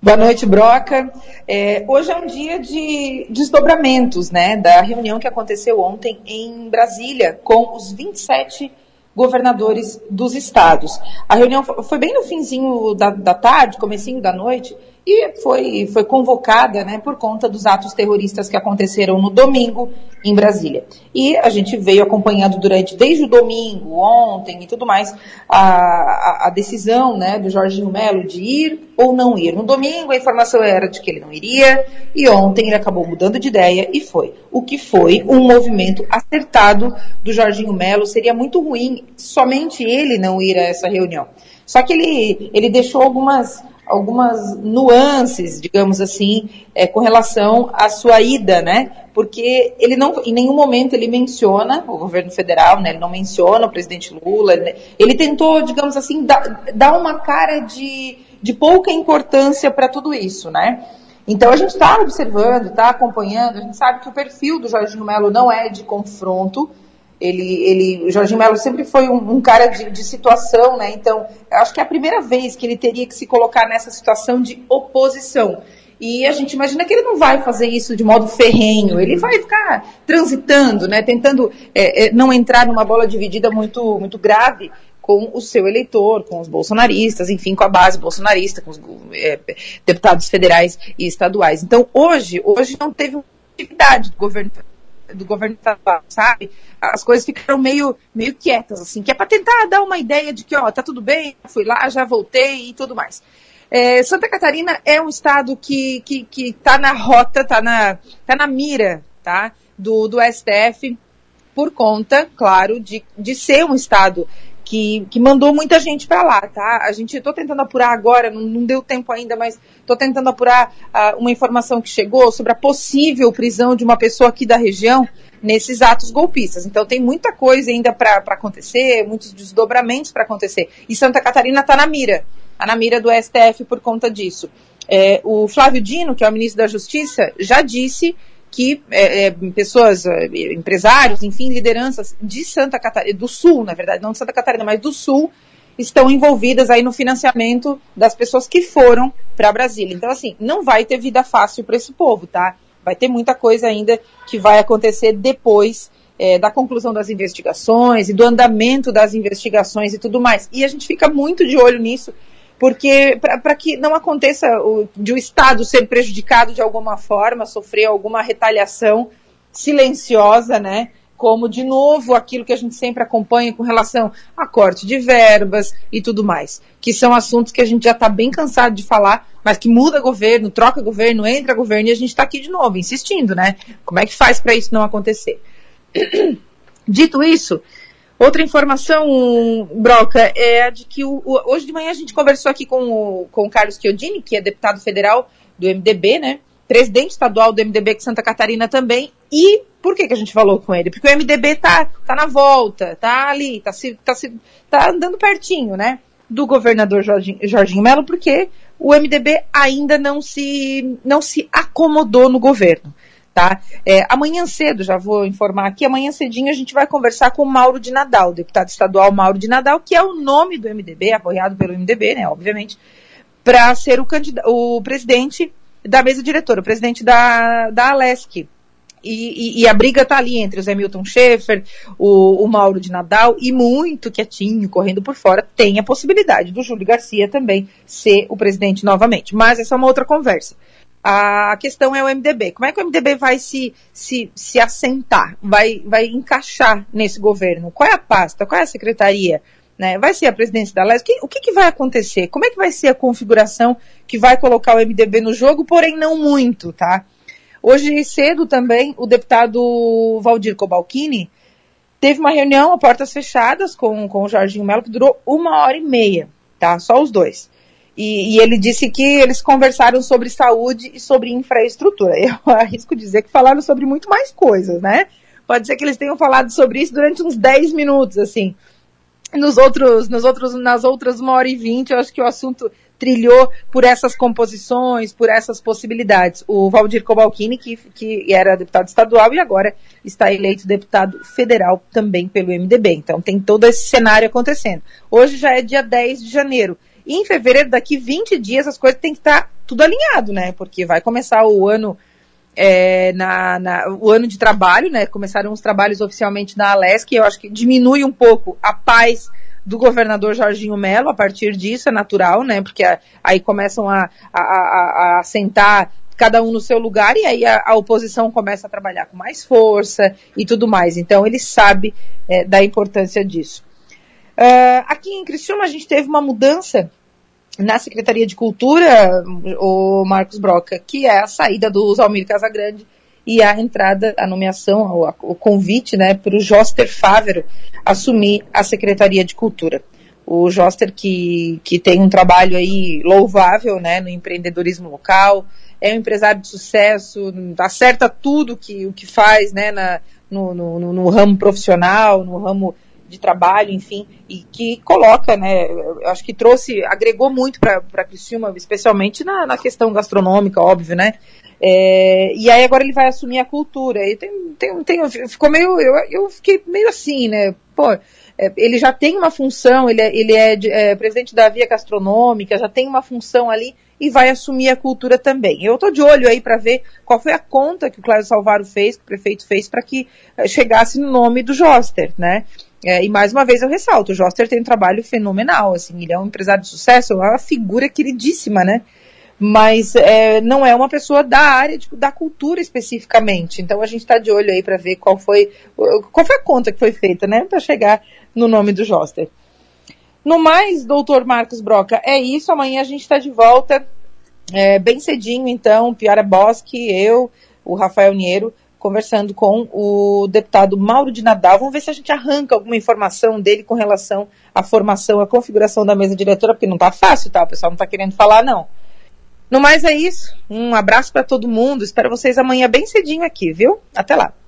Boa noite, Broca. Hoje é um dia de desdobramentos, né, da reunião que aconteceu ontem em Brasília com os 27 governadores dos estados. A reunião foi bem no finzinho da tarde, comecinho da noite, e foi convocada, né, por conta dos atos terroristas que aconteceram no domingo em Brasília. E a gente veio acompanhando desde o domingo, ontem e tudo mais, a decisão, né, do Jorginho Melo de ir ou não ir. No domingo a informação era de que ele não iria, e ontem ele acabou mudando de ideia e foi. O que foi um movimento acertado do Jorginho Melo. Seria muito ruim somente ele não ir a essa reunião. Só que ele deixou algumas nuances, digamos assim, com relação à sua ida, né? Porque ele não, em nenhum momento ele menciona o governo federal, né? Ele não menciona o presidente Lula. Ele tentou, digamos assim, dar uma cara de pouca importância para tudo isso, né? Então a gente está observando, está acompanhando, a gente sabe que o perfil do Jorginho Melo não é de confronto. O Jorginho Melo sempre foi um cara de situação, né? Então, eu acho que é a primeira vez que ele teria que se colocar nessa situação de oposição. E a gente imagina que ele não vai fazer isso de modo ferrenho, ele vai ficar transitando, né? Tentando não entrar numa bola dividida muito, muito grave com o seu eleitor, com os bolsonaristas, enfim, com a base bolsonarista, com os deputados federais e estaduais. Então, hoje não teve atividade do governo estadual, sabe? As coisas ficaram meio quietas, assim, que é para tentar dar uma ideia de que, tá tudo bem, fui lá, já voltei e tudo mais. Santa Catarina é um estado que tá na rota, tá na mira, tá? Do STF, por conta, claro, de ser um estado que mandou muita gente para lá, tá? Tô tentando apurar agora, não deu tempo ainda, mas tô tentando apurar uma informação que chegou sobre a possível prisão de uma pessoa aqui da região nesses atos golpistas. Então tem muita coisa ainda para acontecer, muitos desdobramentos para acontecer. E Santa Catarina está na mira do STF por conta disso. O Flávio Dino, que é o ministro da Justiça, já disse que pessoas, empresários, enfim, lideranças de Santa Catarina, do Sul, na verdade, não de Santa Catarina, mas do Sul, estão envolvidas aí no financiamento das pessoas que foram para Brasília. Então, assim, não vai ter vida fácil para esse povo, tá? Vai ter muita coisa ainda que vai acontecer depois da conclusão das investigações e do andamento das investigações e tudo mais. E a gente fica muito de olho nisso, porque para que não aconteça de o Estado ser prejudicado de alguma forma, sofrer alguma retaliação silenciosa, né? Como, de novo, aquilo que a gente sempre acompanha com relação a corte de verbas e tudo mais, que são assuntos que a gente já está bem cansado de falar, mas que muda governo, troca governo, entra governo, e a gente está aqui de novo, insistindo, né? Como é que faz para isso não acontecer? Dito isso, outra informação, Broca, é a de que hoje de manhã a gente conversou aqui com o Carlos Chiodini, que é deputado federal do MDB, né? Presidente estadual do MDB de Santa Catarina também. E por que a gente falou com ele? Porque o MDB tá na volta, tá ali, tá andando pertinho, né? Do governador Jorginho Melo, porque o MDB ainda não se acomodou no governo. Tá? Amanhã cedo, já vou informar aqui, amanhã cedinho a gente vai conversar com o Mauro de Nadal, deputado estadual Mauro de Nadal, que é o nome do MDB, apoiado pelo MDB, né, obviamente, para ser o presidente da mesa diretora, o presidente da Alesc. E a briga está ali entre o Zé Milton Schaefer, o Mauro de Nadal, e muito quietinho, correndo por fora, tem a possibilidade do Júlio Garcia também ser o presidente novamente. Mas essa é uma outra conversa. A questão é o MDB. Como é que o MDB vai se assentar, vai encaixar nesse governo? Qual é a pasta? Qual é a secretaria? Né? Vai ser a presidência da Alesc? O que vai acontecer? Como é que vai ser a configuração que vai colocar o MDB no jogo, porém não muito, tá? Hoje cedo também, o deputado Valdir Cobalcini teve uma reunião a portas fechadas com o Jorginho Melo, que durou 1h30, tá? Só os dois. E ele disse que eles conversaram sobre saúde e sobre infraestrutura. Eu arrisco dizer que falaram sobre muito mais coisas, né? Pode ser que eles tenham falado sobre isso durante uns 10 minutos, assim. Nas outras 1h20, eu acho que o assunto trilhou por essas composições, por essas possibilidades. O Valdir Cobalcini, que era deputado estadual e agora está eleito deputado federal também pelo MDB. Então tem todo esse cenário acontecendo. Hoje já é dia 10 de janeiro. E em fevereiro, daqui 20 dias, as coisas têm que estar tudo alinhado, né? Porque vai começar o ano, o ano de trabalho, né? Começaram os trabalhos oficialmente na Alesc, e eu acho que diminui um pouco a paz do governador Jorginho Melo a partir disso, é natural, né? Porque aí começam a sentar cada um no seu lugar, e aí a oposição começa a trabalhar com mais força e tudo mais. Então ele sabe da importância disso. Aqui em Criciúma a gente teve uma mudança na Secretaria de Cultura, o Marcos Broca, que é a saída do Zalmir Casagrande e a entrada, a nomeação, o convite, né, para o Joster Fávero assumir a Secretaria de Cultura. O Joster que tem um trabalho aí louvável, né, no empreendedorismo local, é um empresário de sucesso, acerta tudo o que faz, né, no ramo profissional, no ramo de trabalho, enfim, e que coloca, né, eu acho que agregou muito para Criciúma, especialmente na questão gastronômica, óbvio, né, e aí agora ele vai assumir a cultura, e eu fiquei meio assim, né, pô, ele já tem uma função, ele é presidente da Via Gastronômica, já tem uma função ali, e vai assumir a cultura também. Eu estou de olho aí para ver qual foi a conta que o Cláudio Salvaro fez, que o prefeito fez, para que chegasse no nome do Joster, né? E mais uma vez eu ressalto, o Joster tem um trabalho fenomenal, assim, ele é um empresário de sucesso, é uma figura queridíssima, né? Mas não é uma pessoa da área da cultura especificamente. Então a gente está de olho aí para ver qual foi a conta que foi feita, né? Para chegar no nome do Joster. No mais, doutor Marcos Broca, é isso. Amanhã a gente está de volta, bem cedinho, então, Piara Bosque, eu, o Rafael Niero, conversando com o deputado Mauro de Nadal. Vamos ver se a gente arranca alguma informação dele com relação à formação, à configuração da mesa diretora, porque não está fácil, tá? O pessoal não está querendo falar, não. No mais, é isso. Um abraço para todo mundo. Espero vocês amanhã bem cedinho aqui, viu? Até lá.